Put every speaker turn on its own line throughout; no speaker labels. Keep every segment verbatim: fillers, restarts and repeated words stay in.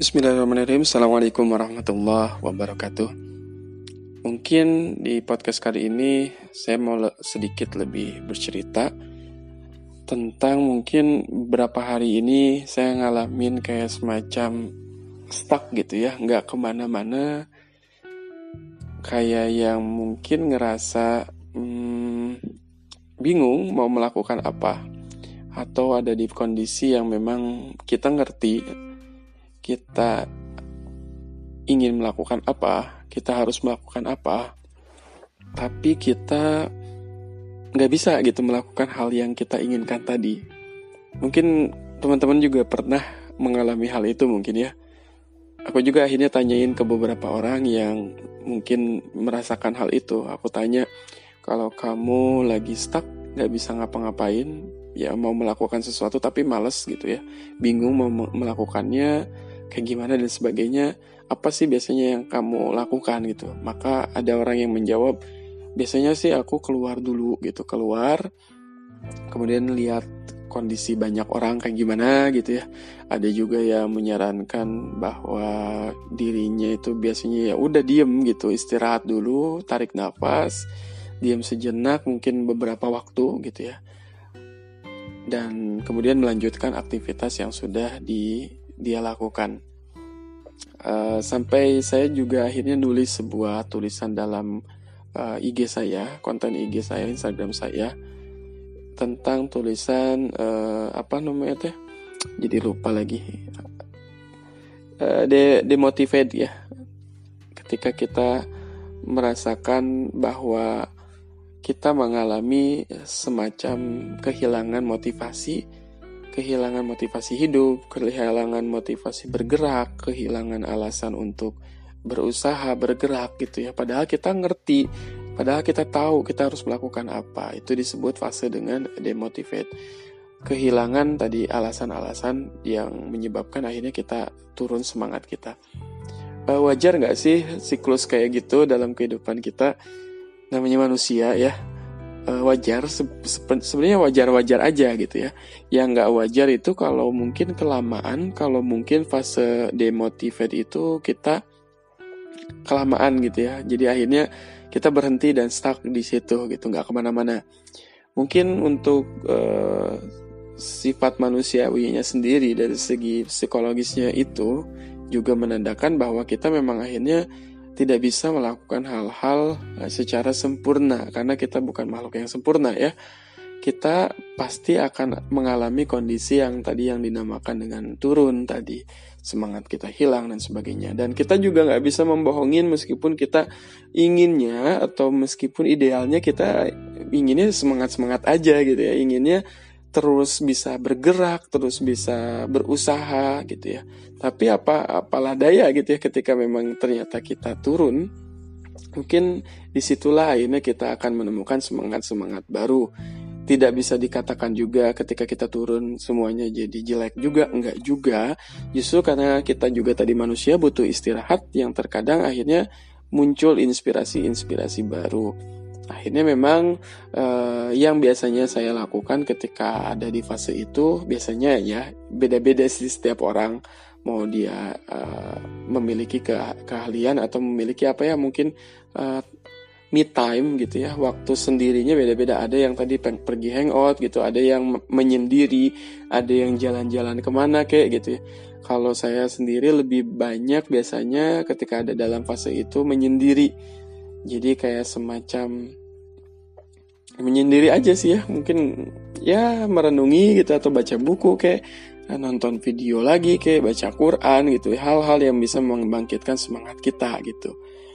Bismillahirrahmanirrahim. Assalamualaikum warahmatullahi wabarakatuh. Mungkin di podcast kali ini saya mau le- sedikit lebih bercerita tentang mungkin beberapa hari ini saya ngalamin kayak semacam stuck gitu ya, nggak kemana-mana, kayak yang mungkin ngerasa hmm, bingung mau melakukan apa, atau ada di kondisi yang memang kita ngerti kita ingin melakukan apa, kita harus melakukan apa, tapi kita nggak bisa gitu melakukan hal yang kita inginkan tadi. Mungkin teman-teman juga pernah mengalami hal itu mungkin ya. Aku juga akhirnya tanyain ke beberapa orang yang mungkin merasakan hal itu. Aku tanya, kalau kamu lagi stuck, nggak bisa ngapa-ngapain, ya mau melakukan sesuatu tapi males gitu ya, bingung mau melakukannya, kayak gimana dan sebagainya, apa sih biasanya yang kamu lakukan gitu. Maka ada orang yang menjawab, biasanya sih aku keluar dulu gitu, keluar kemudian lihat kondisi banyak orang kayak gimana gitu ya. Ada juga yang menyarankan bahwa dirinya itu biasanya ya udah diem gitu, istirahat dulu, tarik nafas, diam sejenak mungkin beberapa waktu gitu ya, dan kemudian melanjutkan aktivitas yang sudah di dia lakukan. Uh, sampai saya juga akhirnya nulis sebuah tulisan dalam uh, I G saya, konten I G saya, Instagram saya, tentang tulisan uh, apa namanya teh? Jadi lupa lagi. Uh, de demotivate ya. Ketika kita merasakan bahwa kita mengalami semacam kehilangan motivasi, kehilangan motivasi hidup, kehilangan motivasi bergerak, kehilangan alasan untuk berusaha, bergerak gitu ya. Padahal kita ngerti, padahal kita tahu kita harus melakukan apa. Itu disebut fase dengan demotivate. Kehilangan tadi alasan-alasan yang menyebabkan akhirnya kita turun semangat kita. Wajar gak sih siklus kayak gitu dalam kehidupan kita? Namanya manusia ya. Wajar, se- sebenarnya wajar-wajar aja gitu ya. Yang nggak wajar itu kalau mungkin kelamaan, kalau mungkin fase demotivate itu kita kelamaan gitu ya. Jadi akhirnya kita berhenti dan stuck di situ gitu, nggak kemana-mana. Mungkin untuk uh, sifat manusiawinya sendiri dari segi psikologisnya itu juga menandakan bahwa kita memang akhirnya tidak bisa melakukan hal-hal secara sempurna, karena kita bukan makhluk yang sempurna ya. Kita pasti akan mengalami kondisi yang tadi yang dinamakan dengan turun tadi, semangat kita hilang dan sebagainya. Dan kita juga nggak bisa membohongin, meskipun kita inginnya atau meskipun idealnya kita inginnya semangat-semangat aja gitu ya, inginnya terus bisa bergerak, terus bisa berusaha gitu ya. Tapi apa apalah daya gitu ya, ketika memang ternyata kita turun, mungkin disitulah akhirnya kita akan menemukan semangat-semangat baru. Tidak bisa dikatakan juga ketika kita turun semuanya jadi jelek juga, enggak juga. Justru karena kita juga tadi manusia butuh istirahat, yang terkadang akhirnya muncul inspirasi-inspirasi baru. Akhirnya memang eh, yang biasanya saya lakukan ketika ada di fase itu, biasanya ya beda-beda sih setiap orang, mau dia eh, memiliki ke- keahlian atau memiliki apa ya, mungkin eh, me time gitu ya, waktu sendirinya beda-beda. Ada yang tadi pergi hangout gitu, ada yang menyendiri, ada yang jalan-jalan kemana kayak gitu ya. Kalau saya sendiri lebih banyak biasanya ketika ada dalam fase itu menyendiri. Jadi kayak semacam menyendiri aja sih ya, mungkin ya merenungi gitu, atau baca buku kayak, nonton video lagi kayak, baca Quran gitu, hal-hal yang bisa membangkitkan semangat kita gitu.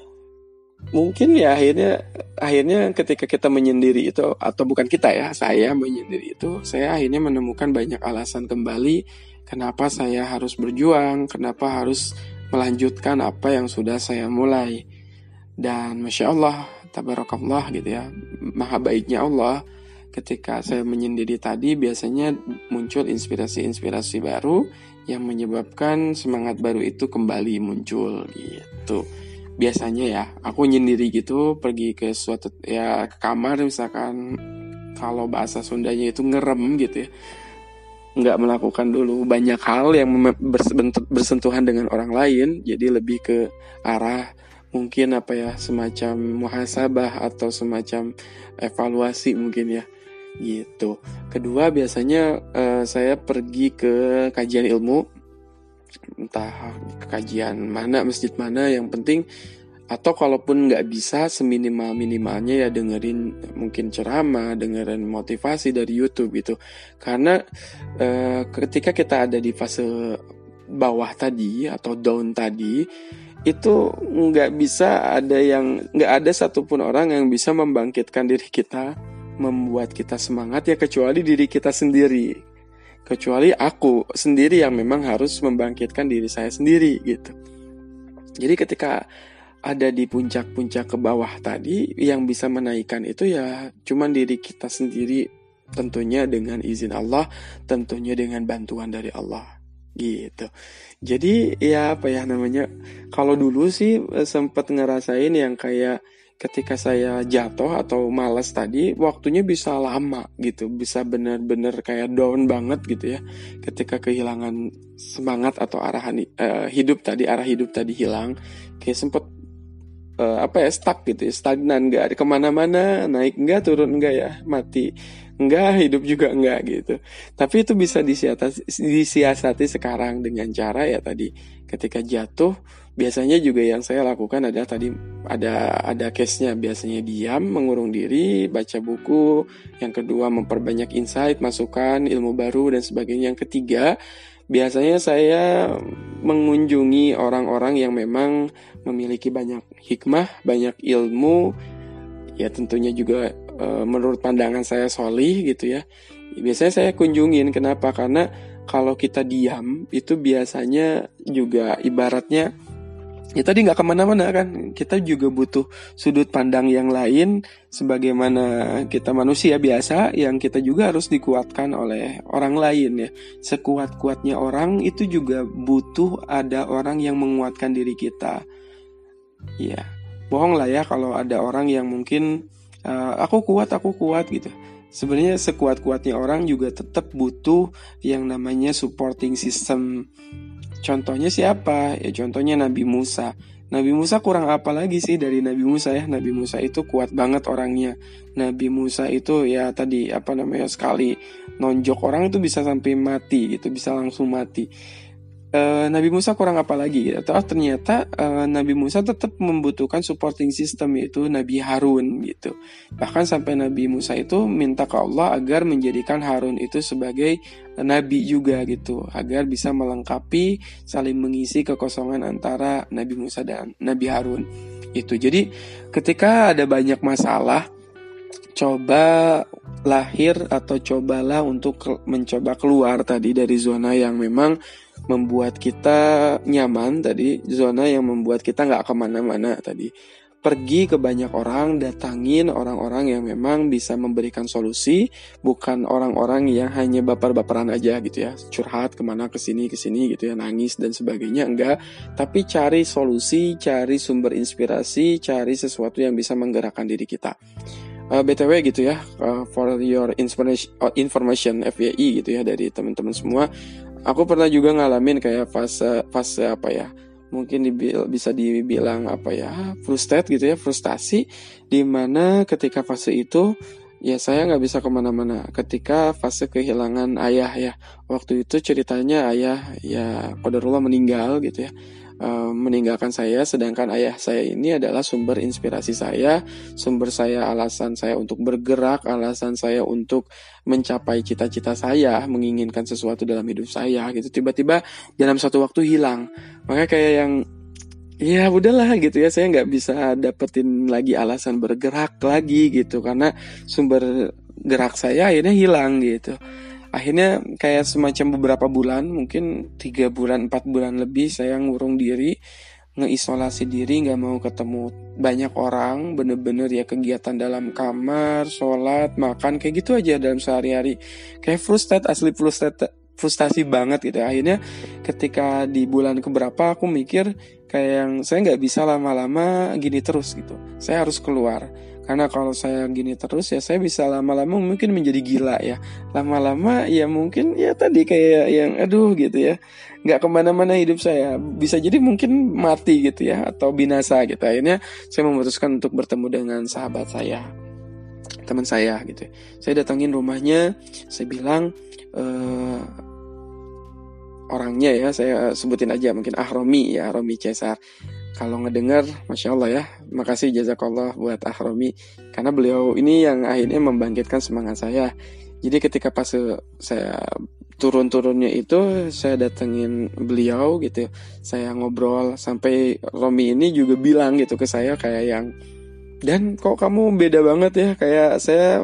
Mungkin ya akhirnya akhirnya ketika kita menyendiri itu, atau bukan kita ya, saya menyendiri itu, saya akhirnya menemukan banyak alasan kembali kenapa saya harus berjuang, kenapa harus melanjutkan apa yang sudah saya mulai. Dan Masya Allah, tabarakallah gitu ya, maha baiknya Allah, ketika saya menyendiri tadi biasanya muncul inspirasi-inspirasi baru yang menyebabkan semangat baru itu kembali muncul gitu. Biasanya ya, aku nyendiri gitu, pergi ke suatu ya ke kamar misalkan, kalau bahasa Sundanya itu ngerem gitu ya. nggak melakukan dulu banyak hal yang bersentuhan dengan orang lain, jadi lebih ke arah mungkin apa ya, semacam muhasabah atau semacam evaluasi mungkin ya, gitu. Kedua, biasanya uh, saya pergi ke kajian ilmu, entah kajian mana, masjid mana, yang penting. Atau kalaupun nggak bisa, seminimal-minimalnya ya dengerin mungkin ceramah, dengerin motivasi dari YouTube gitu. Karena eh, ketika kita ada di fase bawah tadi atau down tadi, itu nggak bisa ada yang, nggak ada satupun orang yang bisa membangkitkan diri kita, membuat kita semangat ya, kecuali diri kita sendiri. Kecuali aku sendiri yang memang harus membangkitkan diri saya sendiri gitu. Jadi ketika ada di puncak-puncak ke bawah tadi, yang bisa menaikkan itu ya cuman diri kita sendiri, tentunya dengan izin Allah, tentunya dengan bantuan dari Allah gitu. Jadi ya apa ya namanya, kalau dulu sih sempat ngerasain yang kayak ketika saya jatuh atau malas tadi, waktunya bisa lama gitu, bisa benar-benar kayak down banget gitu ya, ketika kehilangan semangat atau arahan uh, hidup tadi, arah hidup tadi hilang, kayak sempet Uh, apa ya, stuck gitu ya, stagnan, nggak ada kemana-mana, naik nggak, turun nggak ya, mati nggak, hidup juga nggak gitu. Tapi itu bisa disiasati, disiasati sekarang dengan cara ya tadi, ketika jatuh biasanya juga yang saya lakukan adalah tadi ada ada case-nya, biasanya diam, mengurung diri, baca buku. Yang kedua, memperbanyak insight, masukan, ilmu baru dan sebagainya. Yang ketiga, biasanya saya mengunjungi orang-orang yang memang memiliki banyak hikmah, banyak ilmu, ya tentunya juga e, menurut pandangan saya solih gitu ya. Biasanya saya kunjungin, kenapa? Karena kalau kita diam, itu biasanya juga ibaratnya, ya tadi nggak kemana-mana kan, kita juga butuh sudut pandang yang lain, sebagaimana kita manusia biasa, yang kita juga harus dikuatkan oleh orang lain ya. Sekuat-kuatnya orang itu juga butuh ada orang yang menguatkan diri kita. Ya, bohong lah ya kalau ada orang yang mungkin uh, aku kuat, aku kuat gitu. Sebenarnya sekuat-kuatnya orang juga tetap butuh yang namanya supporting system. Contohnya siapa? Ya contohnya Nabi Musa. Nabi Musa kurang apa lagi sih dari Nabi Musa ya? Nabi Musa itu kuat banget orangnya. Nabi Musa itu ya tadi apa namanya, sekali nonjok orang itu bisa sampai mati gitu, bisa langsung mati. Uh, Nabi Musa kurang apa lagi gitu. Atau ternyata uh, Nabi Musa tetap membutuhkan supporting system, yaitu Nabi Harun gitu. Bahkan sampai Nabi Musa itu minta ke Allah agar menjadikan Harun itu sebagai nabi juga gitu, agar bisa melengkapi, saling mengisi kekosongan antara Nabi Musa dan Nabi Harun itu. Jadi ketika ada banyak masalah, coba lahir atau cobalah untuk mencoba keluar tadi dari zona yang memang membuat kita nyaman tadi, zona yang membuat kita gak kemana-mana tadi. Pergi ke banyak orang, datangin orang-orang yang memang bisa memberikan solusi, bukan orang-orang yang hanya baper-baperan aja gitu ya, curhat kemana kesini kesini gitu ya, nangis dan sebagainya, enggak. Tapi cari solusi, cari sumber inspirasi, cari sesuatu yang bisa menggerakkan diri kita. Uh, B T W gitu ya, uh, for your information, uh, information F Y I gitu ya, dari teman-teman semua. Aku pernah juga ngalamin kayak fase fase apa ya, mungkin dibil, bisa dibilang apa ya, frustrate gitu ya, frustasi, dimana ketika fase itu ya saya nggak bisa kemana-mana. Ketika fase kehilangan ayah ya, waktu itu ceritanya ayah ya qadarullah meninggal gitu ya, uh, meninggalkan saya, sedangkan ayah saya ini adalah sumber inspirasi saya, sumber saya, alasan saya untuk bergerak, alasan saya untuk mencapai cita-cita saya, menginginkan sesuatu dalam hidup saya gitu. Tiba-tiba dalam satu waktu hilang. Makanya kayak yang ya udahlah gitu ya, saya nggak bisa dapetin lagi alasan bergerak lagi gitu, karena sumber gerak saya akhirnya hilang gitu. Akhirnya kayak semacam beberapa bulan, mungkin tiga bulan, empat bulan lebih saya ngurung diri, ngeisolasi diri, gak mau ketemu banyak orang, bener-bener ya kegiatan dalam kamar, sholat, makan, kayak gitu aja dalam sehari-hari. Kayak frustrat, asli frustrat, frustasi banget gitu. Akhirnya ketika di bulan keberapa aku mikir kayak yang saya gak bisa lama-lama gini terus gitu, saya harus keluar. Karena kalau saya gini terus ya saya bisa lama-lama mungkin menjadi gila ya. Lama-lama ya mungkin ya tadi kayak yang aduh gitu ya, nggak kemana-mana hidup saya. Bisa jadi mungkin mati gitu ya, atau binasa gitu. Akhirnya saya memutuskan untuk bertemu dengan sahabat saya, teman saya gitu. Saya datangin rumahnya, saya bilang eh, orangnya ya, saya sebutin aja mungkin ah Romi ya, Romi Cesar. Kalau ngedengar, Masya Allah ya, makasih jazakallah buat ah Romi. Karena beliau ini yang akhirnya membangkitkan semangat saya. Jadi ketika pas saya turun-turunnya itu, saya datengin beliau gitu, saya ngobrol, sampai Romi ini juga bilang gitu ke saya kayak yang, dan kok kamu beda banget ya, kayak saya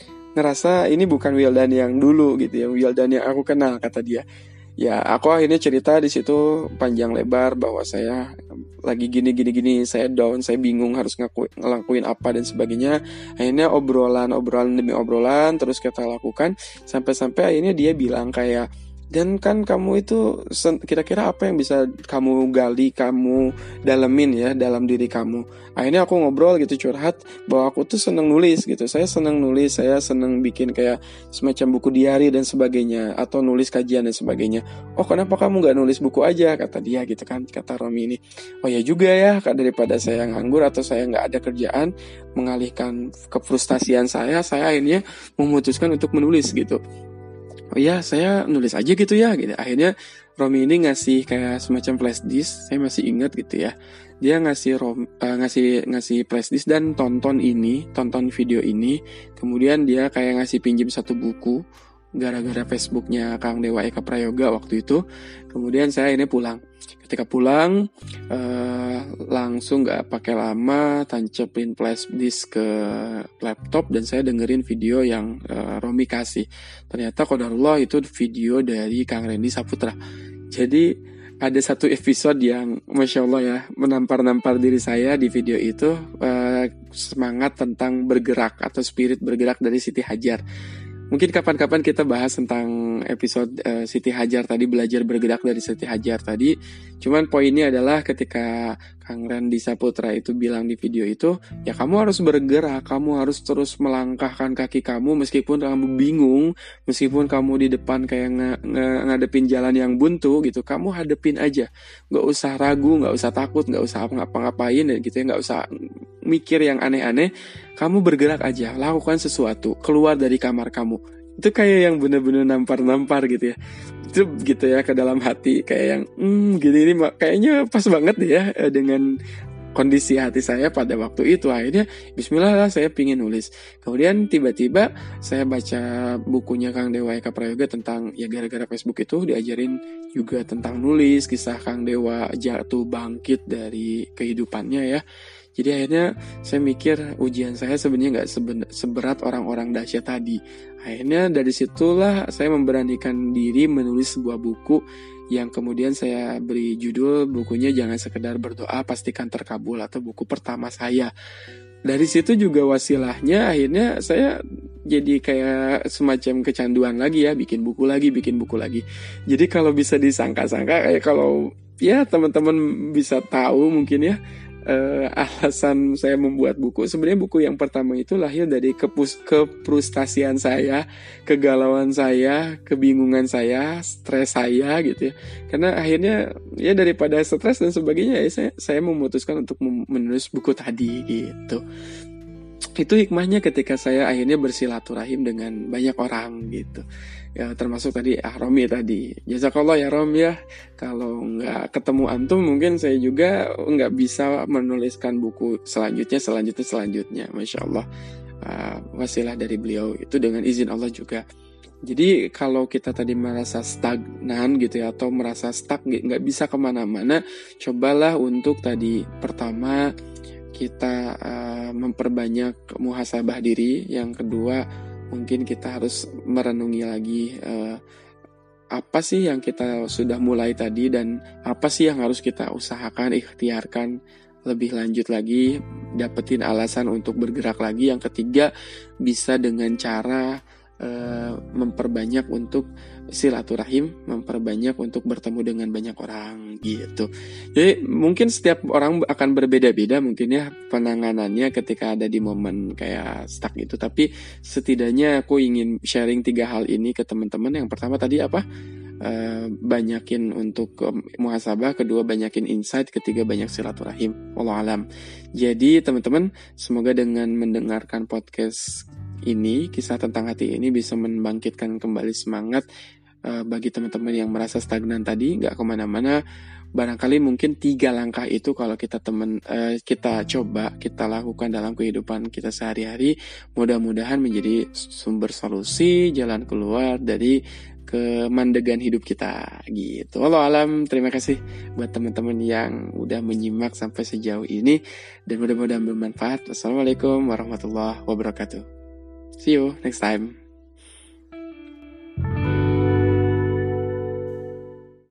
ngerasa ini bukan Wildan yang dulu gitu ya, Wildan yang aku kenal, kata dia. Ya aku akhirnya cerita di situ panjang lebar bahwa saya lagi gini gini gini, saya down, saya bingung harus ngaku, ngelakuin apa dan sebagainya. Akhirnya obrolan obrolan demi obrolan terus kita lakukan sampai-sampai akhirnya dia bilang kayak, dan kan kamu itu kira-kira apa yang bisa kamu gali, kamu dalemin ya dalam diri kamu. Akhirnya aku ngobrol gitu, curhat bahwa aku tuh seneng nulis gitu. Saya seneng nulis, saya seneng bikin kayak semacam buku diary dan sebagainya, atau nulis kajian dan sebagainya. Oh kenapa kamu gak nulis buku aja, kata dia gitu kan, kata Romi ini. Oh ya juga ya, daripada saya nganggur atau saya gak ada kerjaan, mengalihkan kefrustasian saya, saya akhirnya memutuskan untuk menulis gitu. Oh ya saya nulis aja gitu ya gitu. Akhirnya Romi ini ngasih kayak semacam flash disk, saya masih ingat gitu ya. Dia ngasih rom, uh, ngasih ngasih flash disk dan tonton ini, tonton video ini. Kemudian dia kayak ngasih pinjam satu buku gara-gara Facebooknya Kang Dewa Eka Prayoga waktu itu. Kemudian saya ini pulang. Ketika pulang uh, langsung gak pakai lama tancepin flash disk ke laptop dan saya dengerin video yang uh, Romi kasih. Ternyata qadarullah itu video dari Kang Randy Saputra. Jadi ada satu episode yang Masya Allah ya, menampar-nampar diri saya di video itu, uh, semangat tentang bergerak atau spirit bergerak dari Siti Hajar. Mungkin kapan-kapan kita bahas tentang episode uh, Siti Hajar tadi, belajar bergerak dari Siti Hajar tadi. Cuman poinnya adalah ketika Kang Randy Saputra itu bilang di video itu, ya kamu harus bergerak, kamu harus terus melangkahkan kaki kamu meskipun kamu bingung, meskipun kamu di depan kayak ng- ng- ngadepin jalan yang buntu gitu, kamu hadepin aja. Gak usah ragu, gak usah takut, gak usah ngapa-ngapain gitu ya, gak usah mikir yang aneh-aneh. Kamu bergerak aja, lakukan sesuatu, keluar dari kamar kamu. Itu kayak yang bener-bener nampar-nampar gitu ya. Itu gitu ya ke dalam hati, kayak yang hmm gini ini kayaknya pas banget deh ya dengan kondisi hati saya pada waktu itu. Akhirnya bismillah lah saya pingin nulis. Kemudian tiba-tiba saya baca bukunya Kang Dewa Eka Prayoga tentang, ya gara-gara Facebook itu diajarin juga tentang nulis, kisah Kang Dewa jatuh bangkit dari kehidupannya ya. Jadi akhirnya saya mikir ujian saya sebenarnya nggak seben- seberat orang-orang dahsyat tadi. Akhirnya dari situlah saya memberanikan diri menulis sebuah buku yang kemudian saya beri judul bukunya Jangan Sekedar Berdoa Pastikan Terkabul, atau buku pertama saya. Dari situ juga wasilahnya akhirnya saya jadi kayak semacam kecanduan lagi ya, bikin buku lagi, bikin buku lagi. Jadi kalau bisa disangka-sangka kayak kalau ya teman-teman bisa tahu mungkin ya, Uh, alasan saya membuat buku, sebenarnya buku yang pertama itu lahir dari kepus, kefrustasian saya, kegalauan saya, kebingungan saya, stres saya gitu ya. Karena akhirnya ya daripada stres dan sebagainya ya saya, saya memutuskan untuk menulis buku tadi gitu. Itu hikmahnya ketika saya akhirnya bersilaturahim dengan banyak orang gitu ya, termasuk tadi ah Romi tadi. Jazakallah ya Rom ya, kalau nggak ketemu antum mungkin saya juga nggak bisa menuliskan buku selanjutnya selanjutnya selanjutnya. Masya Allah, uh, wasilah dari beliau itu dengan izin Allah juga. Jadi kalau kita tadi merasa stagnan gitu ya, atau merasa stuck nggak bisa kemana-mana, cobalah untuk tadi pertama kita uh, memperbanyak muhasabah diri. Yang kedua mungkin kita harus merenungi lagi uh, apa sih yang kita sudah mulai tadi dan apa sih yang harus kita usahakan, ikhtiarkan lebih lanjut lagi, dapetin alasan untuk bergerak lagi. Yang ketiga bisa dengan cara uh, memperbanyak untuk silaturahim, memperbanyak untuk bertemu dengan banyak orang gitu. Jadi mungkin setiap orang akan berbeda-beda mungkin ya penanganannya ketika ada di momen kayak stuck itu. Tapi setidaknya aku ingin sharing tiga hal ini ke teman-teman. Yang pertama tadi apa? Uh, banyakin untuk um, muhasabah, kedua banyakin insight, ketiga banyak silaturahim. Wallahu alam. Jadi teman-teman, semoga dengan mendengarkan podcast ini, kisah tentang hati ini bisa membangkitkan kembali semangat uh, bagi teman-teman yang merasa stagnan tadi, nggak kemana-mana. Barangkali mungkin tiga langkah itu kalau kita teman uh, kita coba kita lakukan dalam kehidupan kita sehari-hari, mudah-mudahan menjadi sumber solusi, jalan keluar dari kemandegan hidup kita gitu. Wallahu alam. Terima kasih buat teman-teman yang udah menyimak sampai sejauh ini dan mudah-mudahan bermanfaat. Wassalamualaikum warahmatullahi wabarakatuh. See you next time.